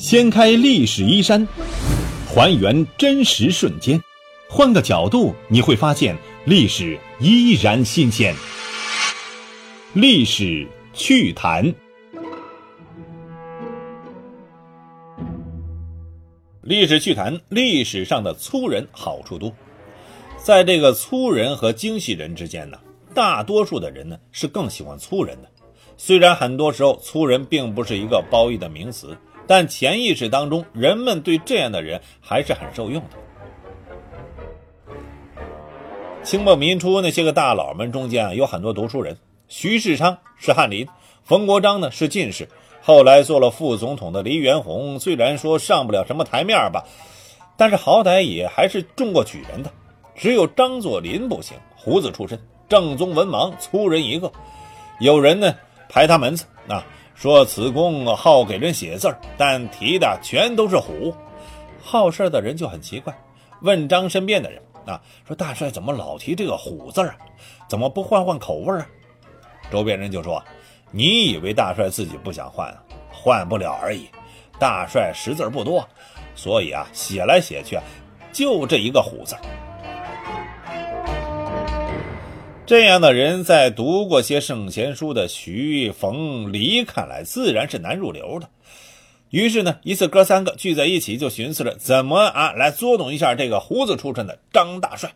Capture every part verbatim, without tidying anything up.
掀开历史衣衫，还原真实瞬间，换个角度你会发现历史依然新鲜。历史趣谈。历史趣谈，历史上的粗人好处多。在这个粗人和精细人之间呢，大多数的人呢是更喜欢粗人的。虽然很多时候粗人并不是一个褒义的名词，但潜意识当中人们对这样的人还是很受用的。清末民初那些个大佬们中间啊，有很多读书人。徐世昌是翰林，冯国璋呢是进士，后来做了副总统的黎元洪，虽然说上不了什么台面吧，但是好歹也还是中过举人的。只有张作霖不行，胡子出身，正宗文盲，粗人一个。有人呢排他门子啊，说此公好给人写字，但提的全都是虎。好事的人就很奇怪，问张身边的人啊，说大帅怎么老提这个虎字啊？怎么不换换口味啊？周边人就说，你以为大帅自己不想换啊？换不了而已。大帅识字不多，所以啊，写来写去啊，就这一个虎字。这样的人在读过些圣贤书的徐、冯、黎看来自然是难入流的。于是呢，一次哥三个聚在一起，就寻思着怎么啊来捉弄一下这个胡子出身的张大帅。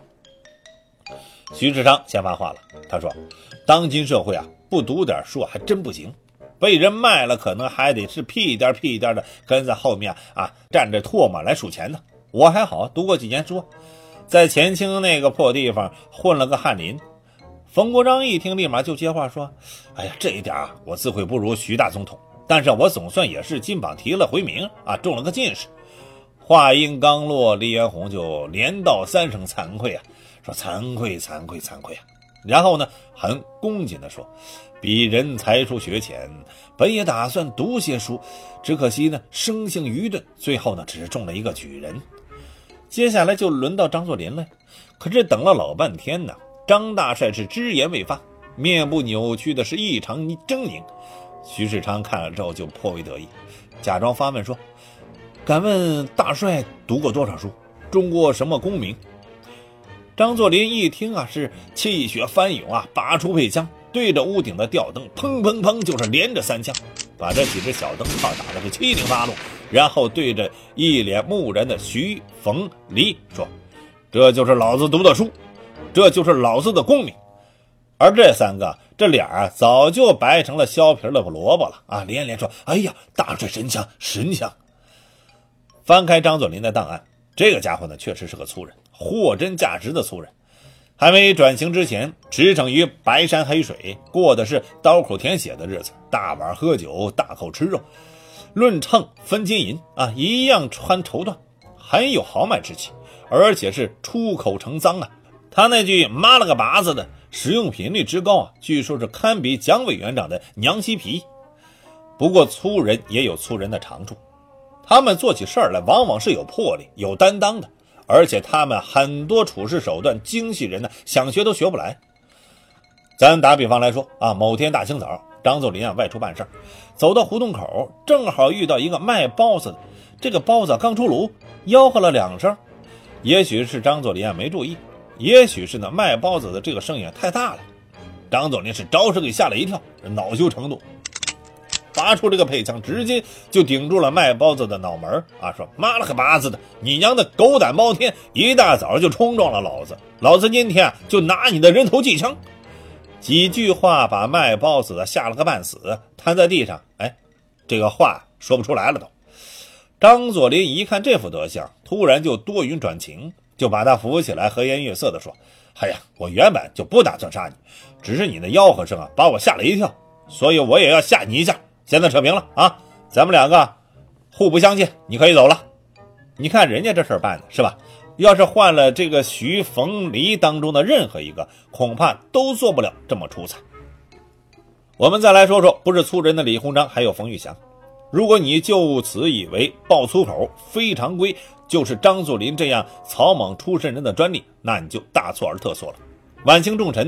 徐世昌先发话了，他说，当今社会啊，不读点书还真不行，被人卖了可能还得是屁颠屁颠的跟在后面啊站着唾沫来数钱的。我还好，读过几年书，在前清那个破地方混了个翰林。冯国璋一听立马就接话说，哎呀，这一点啊我自愧不如徐大总统，但是我总算也是金榜题了回名啊，中了个进士。话音刚落，黎元洪就连道三声惭愧啊，说惭愧惭愧惭愧啊。然后呢很恭谨地说，鄙人才疏学浅，本也打算读些书，只可惜呢生性愚钝，最后呢只是中了一个举人。接下来就轮到张作霖了，可是等了老半天呢，张大帅是只言未发，面部扭曲的是异常狰狞。徐世昌看了之后就颇为得意，假装发问说，敢问大帅读过多少书，中过什么功名？张作霖一听啊，是气血翻涌啊，拔出配枪，对着屋顶的吊灯砰砰砰就是连着三枪，把这几只小灯泡打得是七零八落，然后对着一脸木然的徐、冯、黎说，这就是老子读的书，这就是老子的功名。而这三个这脸啊早就白成了削皮的萝卜了啊，连连说，哎呀，大帅神枪神枪。翻开张作霖的档案，这个家伙呢确实是个粗人，货真价实的粗人。还没转型之前，驰骋于白山黑水，过的是刀口舔血的日子，大碗喝酒，大口吃肉，论秤分金银啊，一样穿绸缎，很有豪迈之气，而且是出口成脏啊。他那句妈了个拔子的使用频率之高啊，据说是堪比蒋委员长的娘西皮。不过粗人也有粗人的长处，他们做起事儿来往往是有魄力有担当的，而且他们很多处事手段精细人呢想学都学不来。咱打比方来说啊，某天大清早，张作霖啊外出办事，走到胡同口，正好遇到一个卖包子的，这个包子刚出炉，吆喝了两声。也许是张作霖啊没注意，也许是呢卖包子的这个声音太大了，张作霖是着实给吓了一跳，恼羞成怒，拔出这个配枪，直接就顶住了卖包子的脑门啊，说妈了个巴子的，你娘的狗胆包天，一大早就冲撞了老子，老子今天啊就拿你的人头祭枪。几句话把卖包子的吓了个半死，瘫在地上，哎，这个话说不出来了都。张作霖一看这副德相，突然就多云转晴，就把他扶起来，和颜悦色地说，哎呀，我原本就不打算杀你，只是你的吆喝声啊把我吓了一跳，所以我也要吓你一下，现在扯平了啊，咱们两个互不相见，你可以走了。你看人家这事儿办的是吧？要是换了这个徐、冯、黎当中的任何一个，恐怕都做不了这么出彩。我们再来说说不是粗人的李鸿章还有冯玉祥。如果你就此以为爆粗口非常规就是张作霖这样草莽出身人的专利，那你就大错而特错了。晚清重臣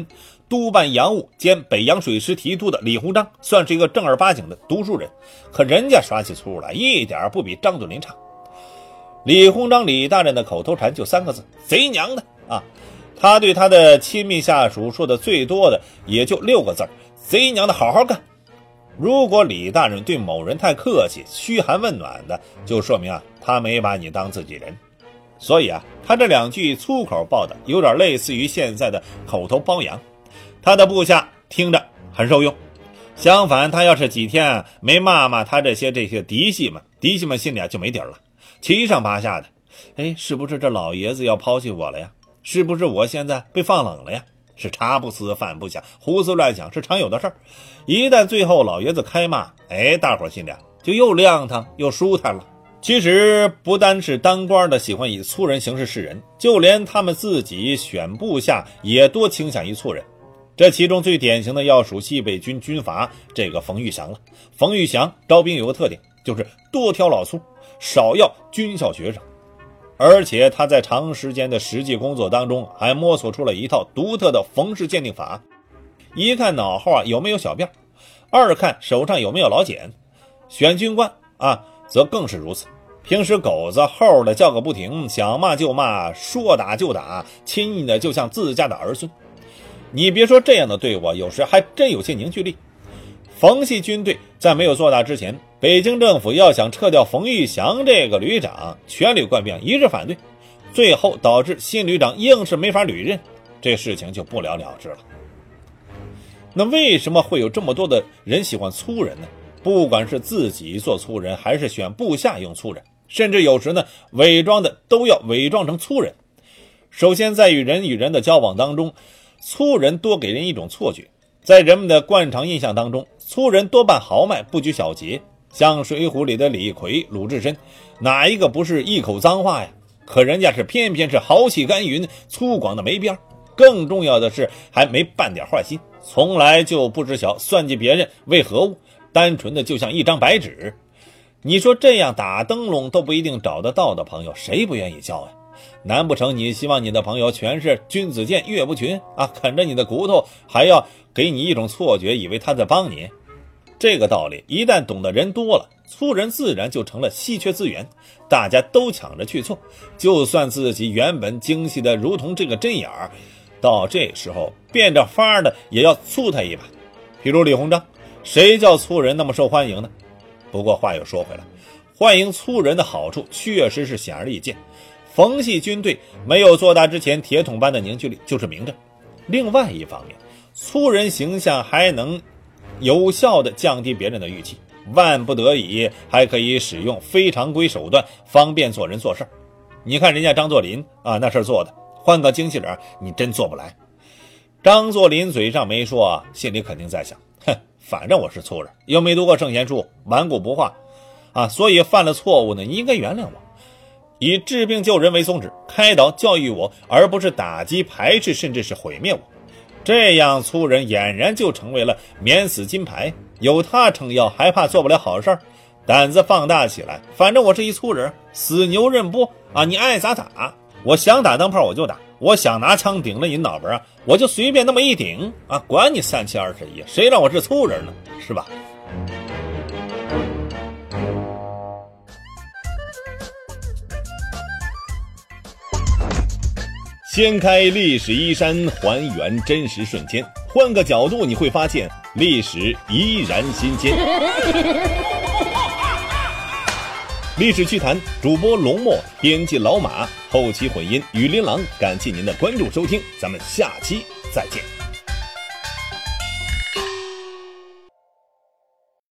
督办洋务兼北洋水师提督的李鸿章算是一个正儿八经的读书人，可人家耍起粗来一点不比张作霖差。李鸿章李大人的口头禅就三个字：贼娘的啊！他对他的亲密下属说的最多的也就六个字：贼娘的好好干。如果李大人对某人太客气，嘘寒问暖的，就说明啊他没把你当自己人。所以啊他这两句粗口报的有点类似于现在的口头褒扬，他的部下听着很受用。相反，他要是几天啊没骂骂他这些这些嫡系们，嫡系们心里啊就没底儿了，七上八下的。哎，是不是这老爷子要抛弃我了呀？是不是我现在被放冷了呀？是茶不思饭不想，胡思乱想是常有的事儿。一旦最后老爷子开骂，哎，大伙心里啊就又亮堂又舒坦了。其实不单是当官的喜欢以粗人行事示人，就连他们自己选部下也多倾向于粗人。这其中最典型的要数西北军军阀这个冯玉祥了。冯玉祥招兵有个特点，就是多挑老粗，少要军校学生。而且他在长时间的实际工作当中还摸索出了一套独特的冯氏鉴定法。一看脑后啊有没有小辫，二看手上有没有老茧。选军官啊则更是如此，平时狗子吼的叫个不停，想骂就骂，说打就打，亲昵的就像自家的儿孙。你别说，这样的队伍有时还真有些凝聚力。冯系军队在没有做大之前，北京政府要想撤掉冯玉祥这个旅长，全旅官兵一致反对，最后导致新旅长硬是没法履任，这事情就不了了之了。那为什么会有这么多的人喜欢粗人呢？不管是自己做粗人，还是选部下用粗人，甚至有时呢伪装的都要伪装成粗人。首先在与人与人的交往当中，粗人多给人一种错觉，在人们的惯常印象当中，粗人多半豪迈不拘小节，像水浒里的李逵、鲁智深，哪一个不是一口脏话呀？可人家是偏偏是豪气干云，粗犷的没边，更重要的是还没半点坏心，从来就不知晓算计别人为何物，单纯的就像一张白纸。你说这样打灯笼都不一定找得到的朋友，谁不愿意交呀？难不成你希望你的朋友全是君子剑岳不群啊，啃着你的骨头，还要给你一种错觉，以为他在帮你？这个道理一旦懂的人多了，粗人自然就成了稀缺资源，大家都抢着去做，就算自己原本精细的如同这个针眼儿，到这时候变着法的也要粗他一把。譬如李鸿章，谁叫粗人那么受欢迎呢？不过话又说回来，欢迎粗人的好处确实是显而易见。冯系军队没有做大之前铁桶般的凝聚力就是明证。另外一方面，粗人形象还能有效地降低别人的预期，万不得已还可以使用非常规手段，方便做人做事。你看人家张作霖啊，那事做的，换个精气人你真做不来。张作霖嘴上没说啊，心里肯定在想，哼，反正我是粗人，又没读过圣贤书，顽固不化啊，所以犯了错误呢，你应该原谅我，以治病救人为宗旨，开导教育我，而不是打击排斥甚至是毁灭我。这样粗人俨然就成为了免死金牌，有他撑腰还怕做不了好事，胆子放大起来，反正我是一粗人，死牛认波啊，你爱咋打，我想打灯泡我就打，我想拿枪顶着你脑门啊，我就随便那么一顶啊，管你三七二十一，谁让我是粗人呢，是吧？ 掀开历史衣衫，还原真实瞬间，换个角度你会发现历史依然新鲜。历史趣谈，主播龙墨，编辑老马，后期混音雨林郎，感谢您的关注收听，咱们下期再见。